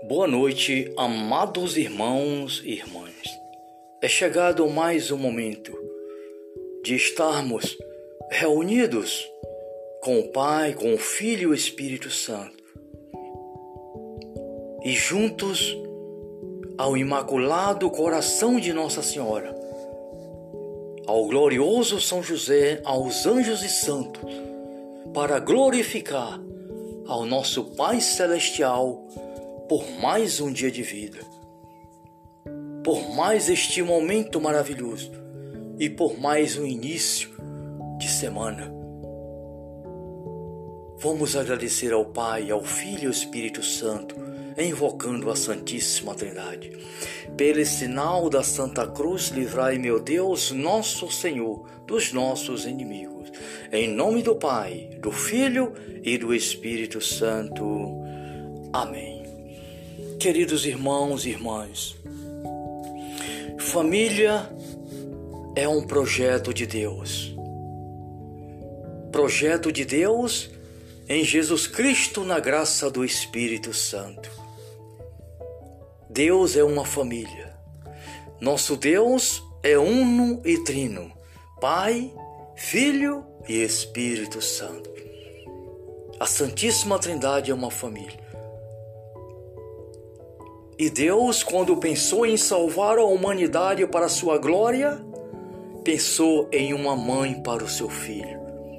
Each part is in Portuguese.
Boa noite, amados irmãos e irmãs. É chegado mais um momento de estarmos reunidos com o Pai, com o Filho e o Espírito Santo e juntos ao Imaculado Coração de Nossa Senhora, ao glorioso São José, aos anjos e santos, para glorificar ao nosso Pai Celestial por mais um dia de vida, por mais este momento maravilhoso e por mais um início de semana. Vamos agradecer ao Pai, ao Filho e ao Espírito Santo, invocando a Santíssima Trindade. Pelo sinal da Santa Cruz, livrai, meu Deus, nosso Senhor, dos nossos inimigos. Em nome do Pai, do Filho e do Espírito Santo. Amém. Queridos irmãos e irmãs, família é um projeto de Deus. Projeto de Deus em Jesus Cristo, na graça do Espírito Santo. Deus é uma família. Nosso Deus é uno e trino, Pai, Filho e Espírito Santo. A Santíssima Trindade é uma família. E Deus, quando pensou em salvar a humanidade para a sua glória, pensou em uma mãe para o seu filho.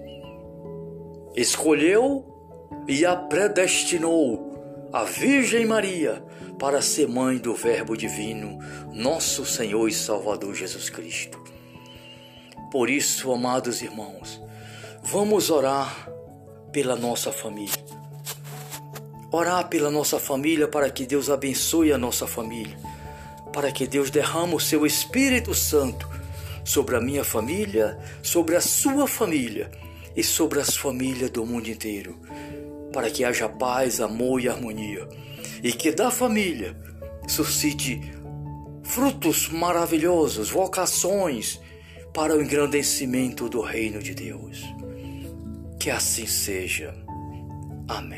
Escolheu e a predestinou a Virgem Maria para ser mãe do Verbo Divino, nosso Senhor e Salvador Jesus Cristo. Por isso, amados irmãos, vamos orar pela nossa família. Orar pela nossa família para que Deus abençoe a nossa família, para que Deus derrame o seu Espírito Santo sobre a minha família, sobre a sua família e sobre as famílias do mundo inteiro, para que haja paz, amor e harmonia, e que da família suscite frutos maravilhosos, vocações para o engrandecimento do reino de Deus. Que assim seja. Amém.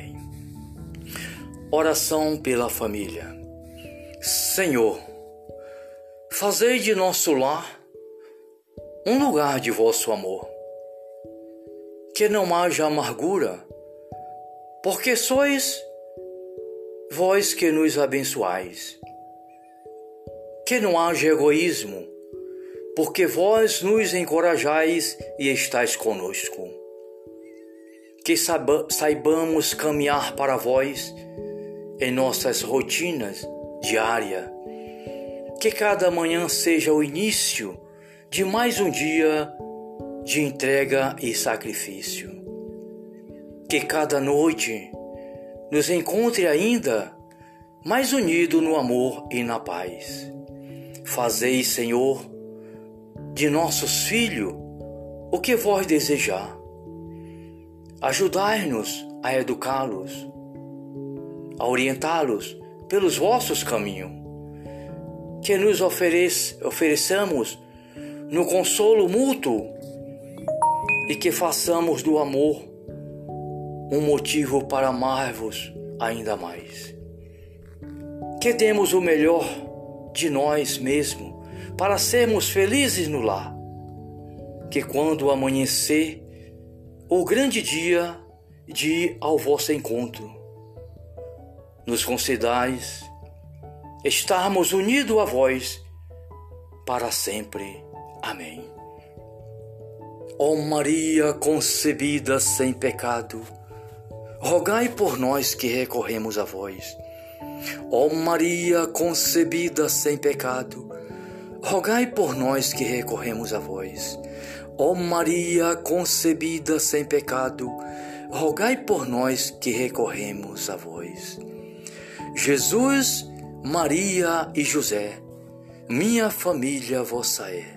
Oração pela família. Senhor, fazei de nosso lar um lugar de vosso amor, que não haja amargura, porque sois vós que nos abençoais. Que não haja egoísmo, porque vós nos encorajais e estáis conosco. Que saibamos caminhar para vós em nossas rotinas diárias. Que cada manhã seja o início de mais um dia de entrega e sacrifício. Que cada noite nos encontre ainda mais unidos no amor e na paz. Fazei, Senhor, de nossos filhos o que vós desejar. Ajudai-nos a educá-los, a orientá-los pelos vossos caminhos. Que nos ofereçamos no consolo mútuo e que façamos do amor um motivo para amar-vos ainda mais. Que demos o melhor de nós mesmos para sermos felizes no lar. Que quando amanhecer o grande dia de ir ao vosso encontro, nos concedais estarmos unidos a vós para sempre. Amém. Ó Maria concebida sem pecado, rogai por nós que recorremos a vós. Ó Maria concebida sem pecado, rogai por nós que recorremos a vós. Ó Maria concebida sem pecado, rogai por nós que recorremos a vós. Jesus, Maria e José, minha família vossa é.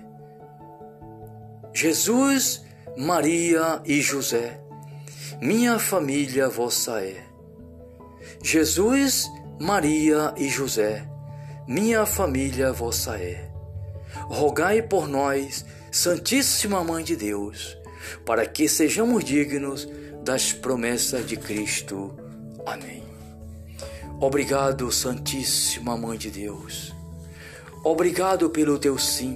Jesus, Maria e José, minha família vossa é. Jesus, Maria e José, minha família vossa é. Rogai por nós, Santíssima Mãe de Deus, para que sejamos dignos das promessas de Cristo. Amém. Obrigado, Santíssima Mãe de Deus. Obrigado pelo teu sim,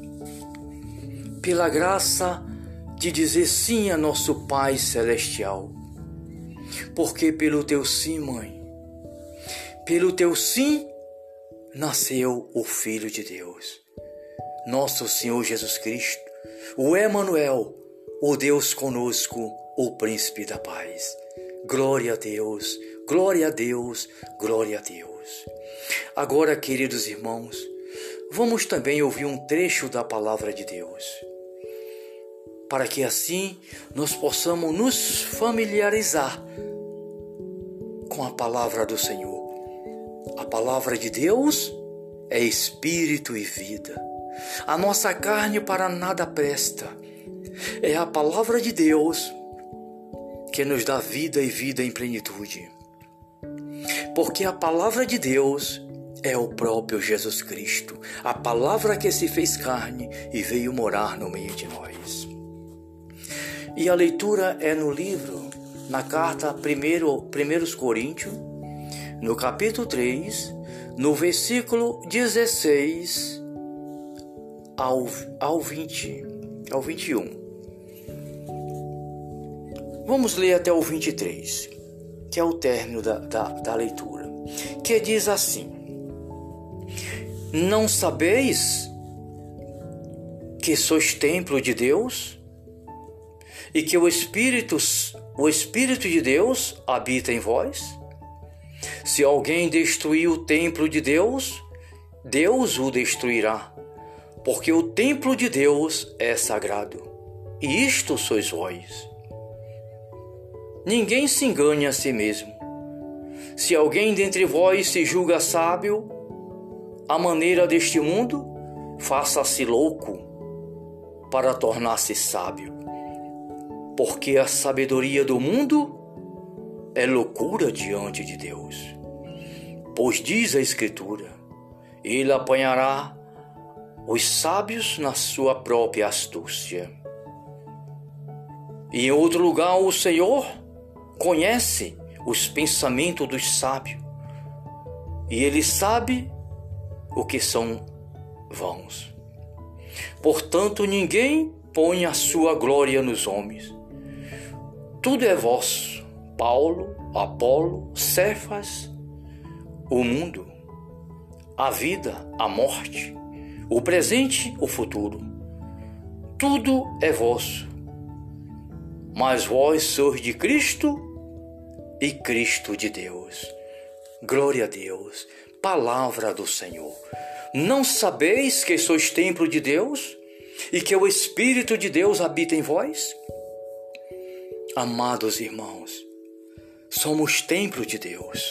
pela graça de dizer sim a nosso Pai Celestial. Porque pelo teu sim, Mãe, pelo teu sim, nasceu o Filho de Deus, nosso Senhor Jesus Cristo, o Emanuel, o Deus conosco, o Príncipe da Paz. Glória a Deus, glória a Deus, glória a Deus. Agora, queridos irmãos, vamos também ouvir um trecho da Palavra de Deus, para que assim nós possamos nos familiarizar com a Palavra do Senhor. A Palavra de Deus é espírito e vida. A nossa carne para nada presta. É a Palavra de Deus que nos dá vida e vida em plenitude. Porque a Palavra de Deus é o próprio Jesus Cristo, a Palavra que se fez carne e veio morar no meio de nós. E a leitura é no livro, na carta 1 Coríntios, no capítulo 3, no versículo 16 ao 21. Vamos ler até o 23, que é o término da leitura, que diz assim: Não sabeis que sois templo de Deus e que o Espírito de Deus habita em vós? Se alguém destruir o templo de Deus, Deus o destruirá, porque o templo de Deus é sagrado, e isto sois vós. Ninguém se engane a si mesmo. Se alguém dentre vós se julga sábio, à maneira deste mundo, faça-se louco para tornar-se sábio, porque a sabedoria do mundo é loucura diante de Deus. Pois diz a Escritura: Ele apanhará os sábios na sua própria astúcia. E em outro lugar, o Senhor conhece os pensamentos dos sábios, e Ele sabe o que são vãos. Portanto, ninguém põe a sua glória nos homens. Tudo é vosso: Paulo, Apolo, Cefas, o mundo, a vida, a morte, o presente, o futuro. Tudo é vosso. Mas vós sois de Cristo e Cristo de Deus. Glória a Deus. Palavra do Senhor. Não sabeis que sois templo de Deus e que o Espírito de Deus habita em vós? Amados irmãos, somos templo de Deus.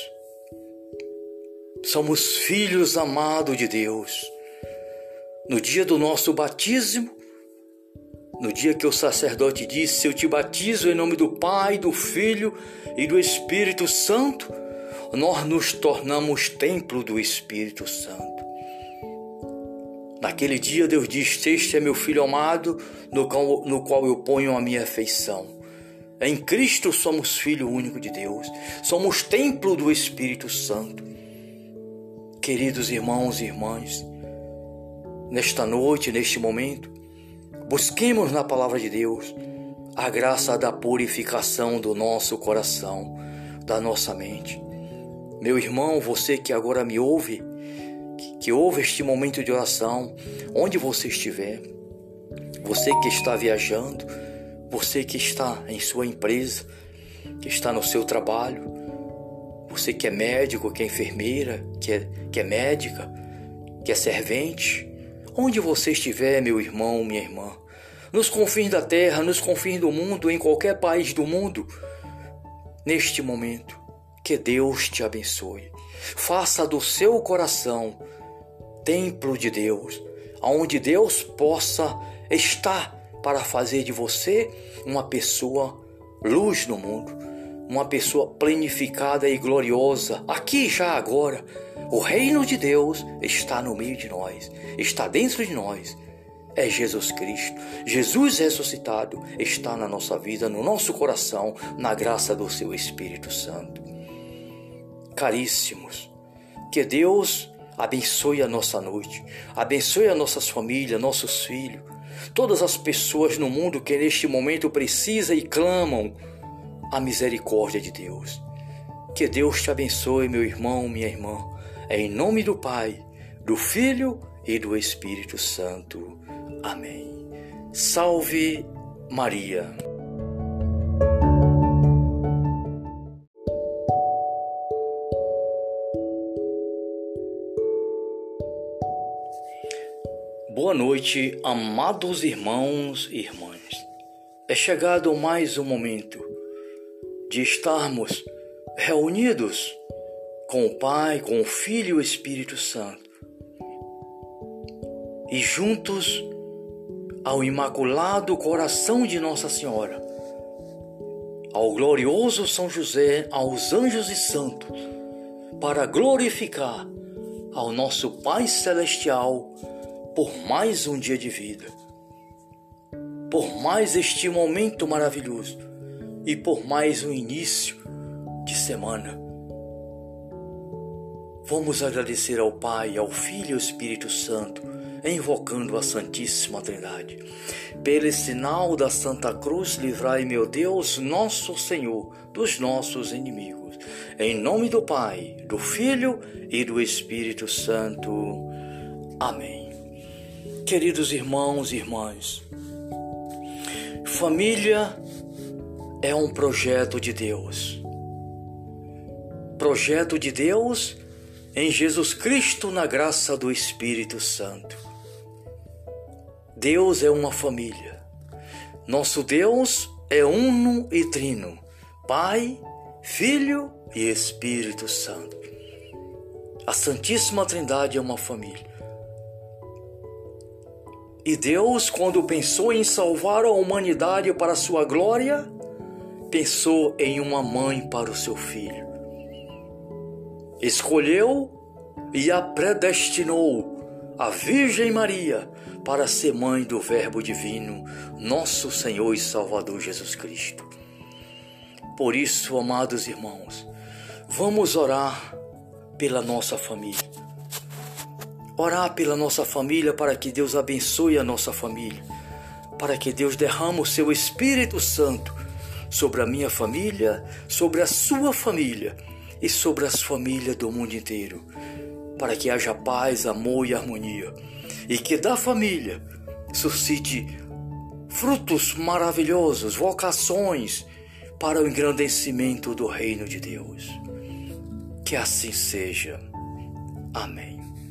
Somos filhos amados de Deus. No dia do nosso batismo, no dia que o sacerdote disse: Eu te batizo em nome do Pai, do Filho e do Espírito Santo, nós nos tornamos templo do Espírito Santo. Naquele dia Deus diz: Este é meu Filho amado, no qual eu ponho a minha afeição. Em Cristo somos Filho único de Deus, somos templo do Espírito Santo. Queridos irmãos e irmãs, nesta noite, neste momento, busquemos na Palavra de Deus a graça da purificação do nosso coração, da nossa mente. Meu irmão, você que agora me ouve, que ouve este momento de oração, onde você estiver, você que está viajando, você que está em sua empresa, que está no seu trabalho, você que é médico, que é enfermeira, que é médica, que é servente, onde você estiver, meu irmão, minha irmã, nos confins da terra, nos confins do mundo, em qualquer país do mundo, neste momento, que Deus te abençoe. Faça do seu coração templo de Deus, onde Deus possa estar para fazer de você uma pessoa luz no mundo, uma pessoa planificada e gloriosa, aqui já agora. O reino de Deus está no meio de nós, está dentro de nós. É Jesus Cristo. Jesus ressuscitado está na nossa vida, no nosso coração, na graça do seu Espírito Santo. caríssimos, que Deus abençoe a nossa noite, abençoe as nossas famílias, nossos filhos, todas as pessoas no mundo que neste momento precisam e clamam a misericórdia de Deus. Que Deus te abençoe, meu irmão, minha irmã, em nome do Pai, do Filho e do Espírito Santo. Amém. Salve Maria. Boa noite, amados irmãos e irmãs. É chegado mais um momento de estarmos reunidos com o Pai, com o Filho e o Espírito Santo, e juntos ao Imaculado Coração de Nossa Senhora, ao glorioso São José, aos anjos e santos, para glorificar ao nosso Pai Celestial por mais um dia de vida, por mais este momento maravilhoso e por mais um início de semana. Vamos agradecer ao Pai, ao Filho e ao Espírito Santo, invocando a Santíssima Trindade. Pelo sinal da Santa Cruz, livrai, meu Deus, nosso Senhor, dos nossos inimigos. Em nome do Pai, do Filho e do Espírito Santo. Amém. Queridos irmãos e irmãs, família é um projeto de Deus. Projeto de Deus em Jesus Cristo, na graça do Espírito Santo. Deus é uma família. Nosso Deus é uno e trino, Pai, Filho e Espírito Santo. A Santíssima Trindade é uma família. E Deus, quando pensou em salvar a humanidade para a sua glória, pensou em uma mãe para o seu filho. Escolheu e a predestinou a Virgem Maria para ser mãe do Verbo Divino, nosso Senhor e Salvador Jesus Cristo. Por isso, amados irmãos, vamos orar pela nossa família. Orar pela nossa família para que Deus abençoe a nossa família, para que Deus derrame o seu Espírito Santo sobre a minha família, sobre a sua família e sobre as famílias do mundo inteiro, para que haja paz, amor e harmonia, e que da família suscite frutos maravilhosos, vocações para o engrandecimento do reino de Deus. Que assim seja. Amém.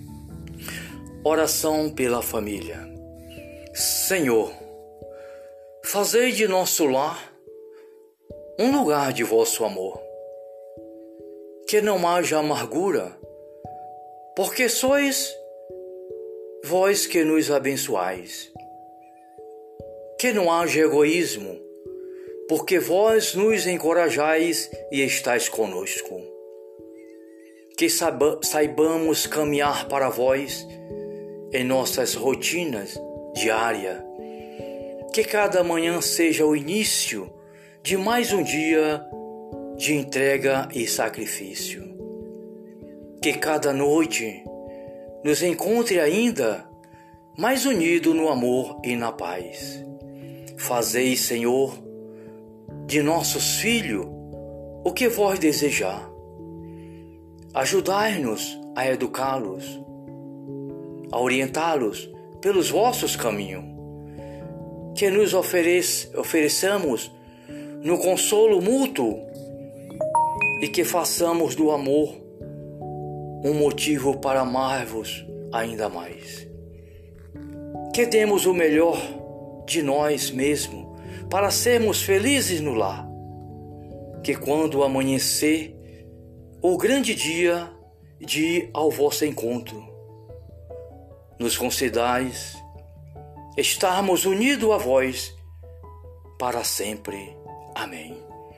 Oração pela família. Senhor, fazei de nosso lar um lugar de vosso amor, que não haja amargura, porque sois vós que nos abençoais. Que não haja egoísmo, porque vós nos encorajais e estáis conosco. Que saibamos caminhar para vós em nossas rotinas diárias. Que cada manhã seja o início de mais um dia de entrega e sacrifício. Que cada noite nos encontre ainda mais unidos no amor e na paz. Fazei, Senhor, de nossos filhos o que vós desejar. Ajudai-nos a educá-los, a orientá-los pelos vossos caminhos. Que nos ofereçamos no consolo mútuo e que façamos do amor um motivo para amar-vos ainda mais. Que demos o melhor de nós mesmos para sermos felizes no lar. Que quando amanhecer o grande dia de ir ao vosso encontro, nos concedais estarmos unidos a vós para sempre. Amém.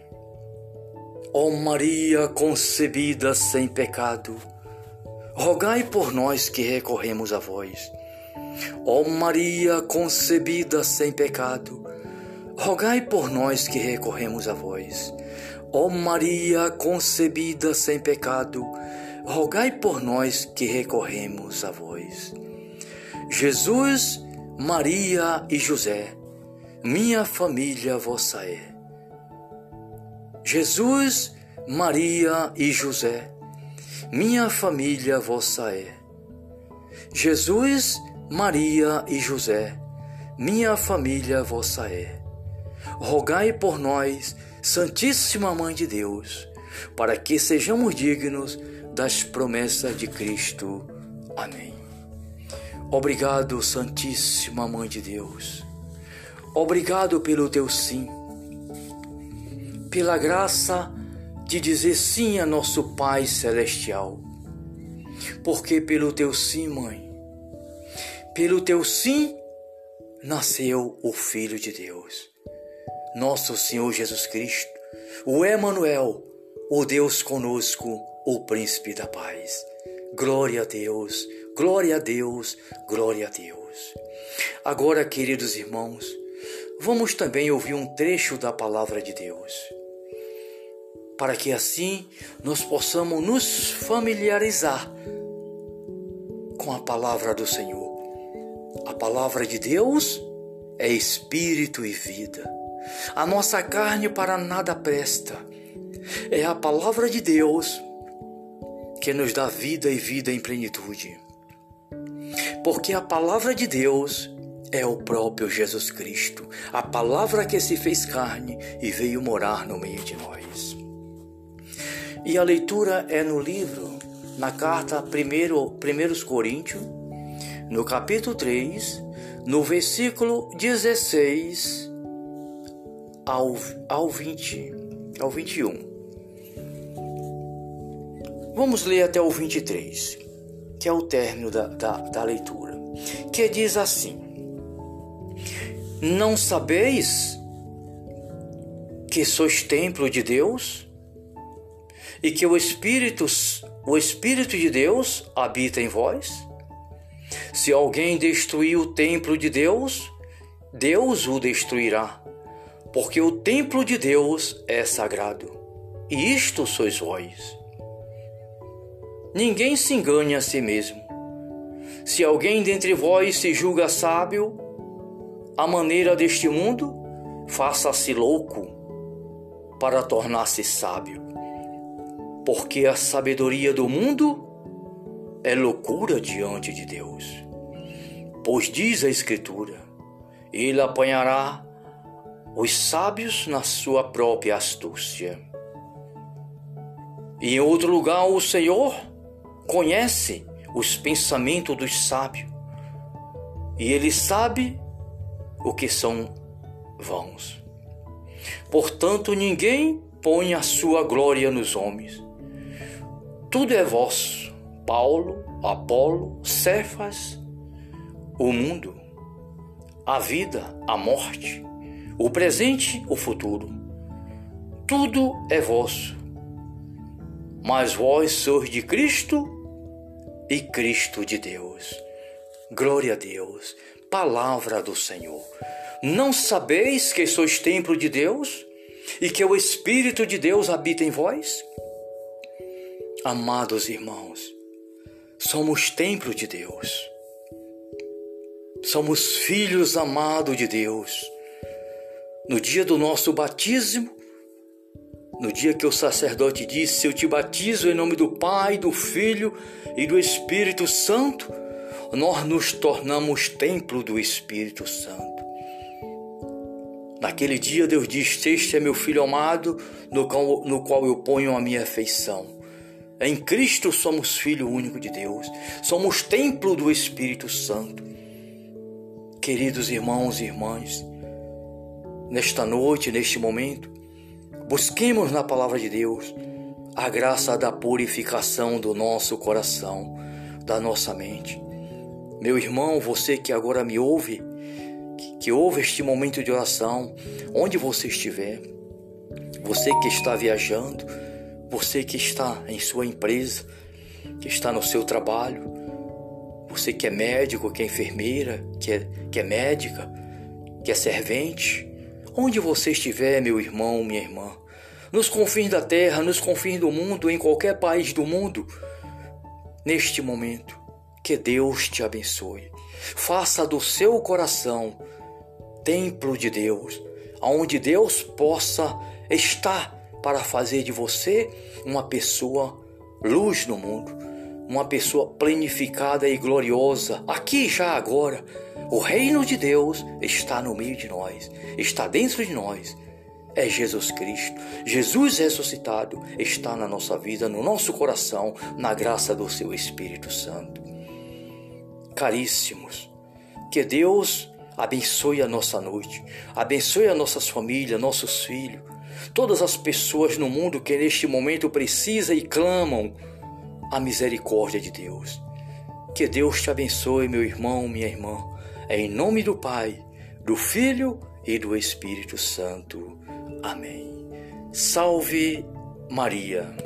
Ó Maria concebida sem pecado, rogai por nós que recorremos a vós. Ó Maria concebida sem pecado, rogai por nós que recorremos a vós. Ó Maria concebida sem pecado, rogai por nós que recorremos a vós. Jesus, Maria e José, minha família vossa é. Jesus, Maria e José, minha família vossa é. Jesus, Maria e José, minha família vossa é. Rogai por nós, Santíssima Mãe de Deus, para que sejamos dignos das promessas de Cristo. Amém. Obrigado, Santíssima Mãe de Deus. Obrigado pelo teu sim, pela graça de dizer sim a nosso Pai Celestial. Porque pelo teu sim, Mãe, pelo teu sim, nasceu o Filho de Deus, nosso Senhor Jesus Cristo, o Emanuel, o Deus conosco, o Príncipe da Paz. Glória a Deus, glória a Deus, glória a Deus. Agora, queridos irmãos, vamos também ouvir um trecho da Palavra de Deus, para que assim nós possamos nos familiarizar com a Palavra do Senhor. A Palavra de Deus é espírito e vida. A nossa carne para nada presta. É a Palavra de Deus que nos dá vida e vida em plenitude. Porque a Palavra de Deus é o próprio Jesus Cristo, a Palavra que se fez carne e veio morar no meio de nós. E a leitura é no livro, na carta 1 Coríntios, no capítulo 3, no versículo 16 ao 21. Vamos ler até o 23, que é o término da leitura, que diz assim: Não sabeis que sois templo de Deus e que o Espírito de Deus habita em vós? Se alguém destruir o templo de Deus, Deus o destruirá, porque o templo de Deus é sagrado, e isto sois vós. Ninguém se engane a si mesmo. Se alguém dentre vós se julga sábio, à maneira deste mundo, faça-se louco para tornar-se sábio, porque a sabedoria do mundo é loucura diante de Deus. Pois diz a Escritura: Ele apanhará os sábios na sua própria astúcia. E em outro lugar, o Senhor conhece os pensamentos dos sábios, e Ele sabe o que são vãos. Portanto, ninguém põe a sua glória nos homens. Tudo é vosso: Paulo, Apolo, Cefas, o mundo, a vida, a morte, o presente, o futuro. Tudo é vosso. Mas vós sois de Cristo e Cristo de Deus. Glória a Deus. Palavra do Senhor. Não sabeis que sois templo de Deus e que o Espírito de Deus habita em vós? Amados irmãos, somos templo de Deus. Somos filhos amados de Deus. No dia do nosso batismo, no dia que o sacerdote disse: Eu te batizo em nome do Pai, do Filho e do Espírito Santo, nós nos tornamos templo do Espírito Santo. Naquele dia Deus diz: Este é meu Filho amado, no qual eu ponho a minha afeição. Em Cristo somos Filho único de Deus, somos templo do Espírito Santo. Queridos irmãos e irmãs, nesta noite, neste momento, busquemos na Palavra de Deus a graça da purificação do nosso coração, da nossa mente. Meu irmão, você que agora me ouve, que ouve este momento de oração, onde você estiver, você que está viajando, você que está em sua empresa, que está no seu trabalho, você que é médico, que é enfermeira, que é médica, que é servente, Onde você estiver, meu irmão, minha irmã, nos confins da terra, nos confins do mundo, em qualquer país do mundo, neste momento, que Deus te abençoe. Faça do seu coração templo de Deus, onde Deus possa estar para fazer de você uma pessoa luz no mundo, uma pessoa planificada e gloriosa, aqui já agora. O reino de Deus está no meio de nós, está dentro de nós. É Jesus Cristo, Jesus ressuscitado, está na nossa vida, no nosso coração, na graça do seu Espírito Santo. Caríssimos, que Deus abençoe a nossa noite, abençoe as nossas famílias, nossos filhos, todas as pessoas no mundo que neste momento precisam e clamam a misericórdia de Deus. Que Deus te abençoe, meu irmão, minha irmã, em nome do Pai, do Filho e do Espírito Santo. Amém. Salve Maria.